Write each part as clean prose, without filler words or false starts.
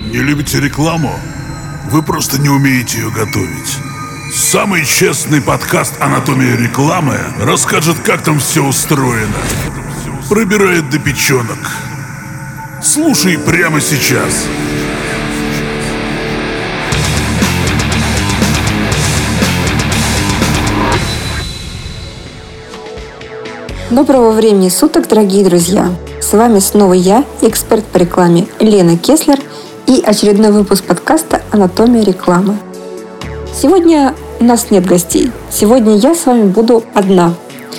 Не любите рекламу? Вы просто не умеете ее готовить. Самый честный подкаст «Анатомия рекламы» расскажет, как там все устроено. Пробирает до печенок. Слушай прямо сейчас. Доброго времени суток, дорогие друзья! С вами снова я, эксперт по рекламе Лена Кеслер, и очередной выпуск подкаста «Анатомия рекламы». Сегодня у нас нет гостей. Сегодня я с вами буду одна.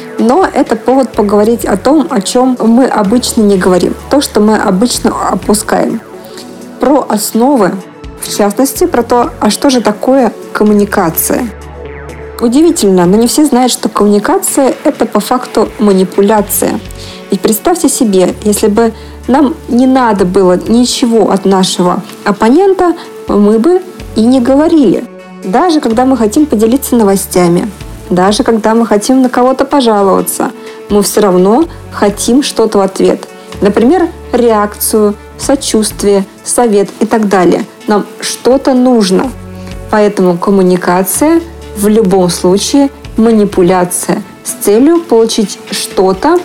Но это повод поговорить о том, о чем мы обычно не говорим. То, что мы обычно опускаем. Про основы, в частности, про то, а что же такое коммуникация. Удивительно, но не все знают, что коммуникация – это по факту манипуляция. Ведь представьте себе, если бы нам не надо было ничего от нашего оппонента, мы бы и не говорили. Даже когда мы хотим поделиться новостями, даже когда мы хотим на кого-то пожаловаться, мы все равно хотим что-то в ответ. Например, реакцию, сочувствие, совет и так далее. Нам что-то нужно. Поэтому коммуникация – в любом случае манипуляция с целью получить что-то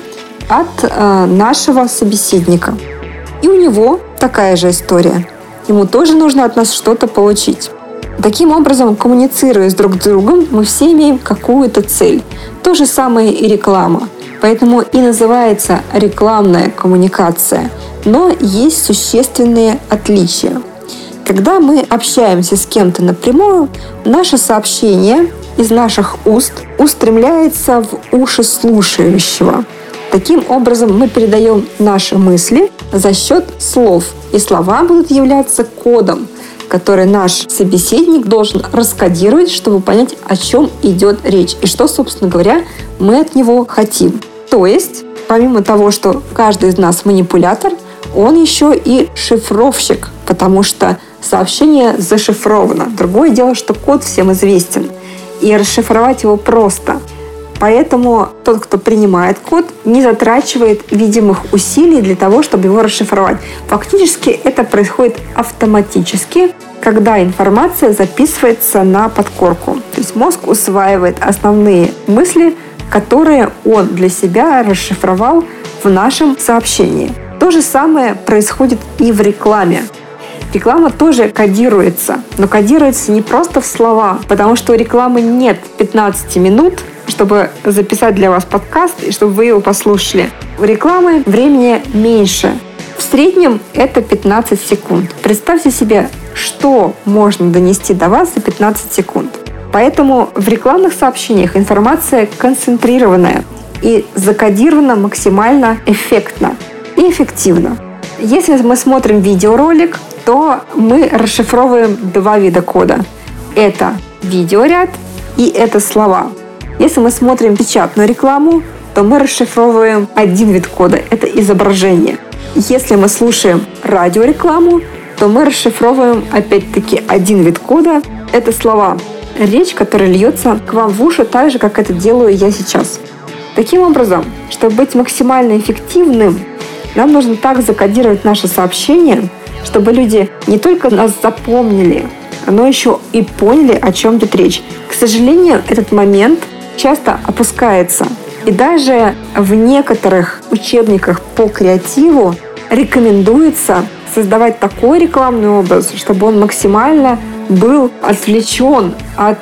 от нашего собеседника. И у него такая же история. Ему тоже нужно от нас что-то получить. Таким образом, коммуницируя с друг другом, мы все имеем какую-то цель. То же самое и реклама. Поэтому и называется рекламная коммуникация. Но есть существенные отличия. Когда мы общаемся с кем-то напрямую, наше сообщение из наших уст устремляется в уши слушающего. Таким образом, мы передаем наши мысли за счет слов. И слова будут являться кодом, который наш собеседник должен раскодировать, чтобы понять, о чем идет речь и что, собственно говоря, мы от него хотим. То есть, помимо того, что каждый из нас манипулятор, он еще и шифровщик, потому что сообщение зашифровано. Другое дело, что код всем известен, и расшифровать его просто. Поэтому тот, кто принимает код, не затрачивает видимых усилий для того, чтобы его расшифровать. Фактически это происходит автоматически, когда информация записывается на подкорку. То есть мозг усваивает основные мысли, которые он для себя расшифровал в нашем сообщении. То же самое происходит и в рекламе. Реклама тоже кодируется, но кодируется не просто в слова, потому что у рекламы нет 15 минут, чтобы записать для вас подкаст и чтобы вы его послушали. У рекламы времени меньше. В среднем это 15 секунд. Представьте себе, что можно донести до вас за 15 секунд. Поэтому в рекламных сообщениях информация концентрированная и закодирована максимально эффектно и эффективно. Если мы смотрим видеоролик, то мы расшифровываем два вида кода. Это видеоряд и это слова. Если мы смотрим печатную рекламу, то мы расшифровываем один вид кода – это изображение. Если мы слушаем радиорекламу, то мы расшифровываем опять-таки один вид кода – это слова. Речь, которая льется к вам в уши, так же, как это делаю я сейчас. Таким образом, чтобы быть максимально эффективным, нам нужно так закодировать наше сообщение, чтобы люди не только нас запомнили, но еще и поняли, о чем идет речь. К сожалению, этот момент часто опускается. И даже в некоторых учебниках по креативу рекомендуется создавать такой рекламный образ, чтобы он максимально был отвлечен от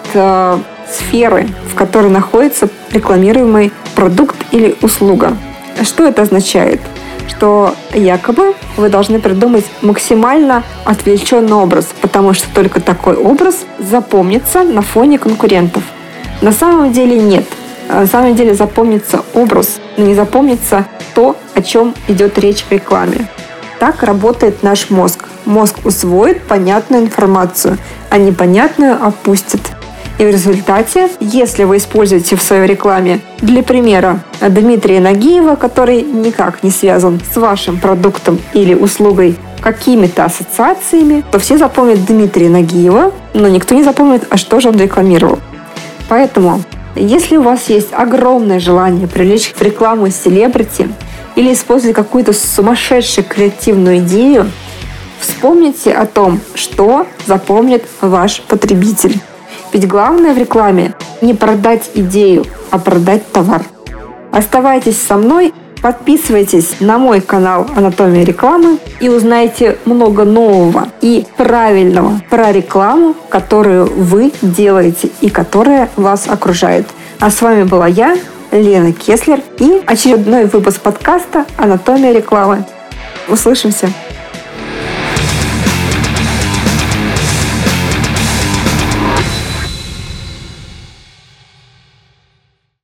сферы, в которой находится рекламируемый продукт или услуга. Что это означает? Что якобы вы должны придумать максимально отвлеченный образ, потому что только такой образ запомнится на фоне конкурентов. На самом деле нет. На самом деле запомнится образ, но не запомнится то, о чем идет речь в рекламе. Так работает наш мозг. Мозг усвоит понятную информацию, а непонятную опустит. И в результате, если вы используете в своей рекламе, для примера, Дмитрия Нагиева, который никак не связан с вашим продуктом или услугой какими-то ассоциациями, то все запомнят Дмитрия Нагиева, но никто не запомнит, а что же он рекламировал. Поэтому, если у вас есть огромное желание привлечь в рекламу селебрити или использовать какую-то сумасшедшую креативную идею, Вспомните о том, что запомнит ваш потребитель. Ведь главное в рекламе не продать идею, а продать товар. Оставайтесь со мной, подписывайтесь на мой канал «Анатомия рекламы» и узнайте много нового и правильного про рекламу, которую вы делаете и которая вас окружает. А с вами была я, Лена Кеслер, и очередной выпуск подкаста «Анатомия рекламы». Услышимся!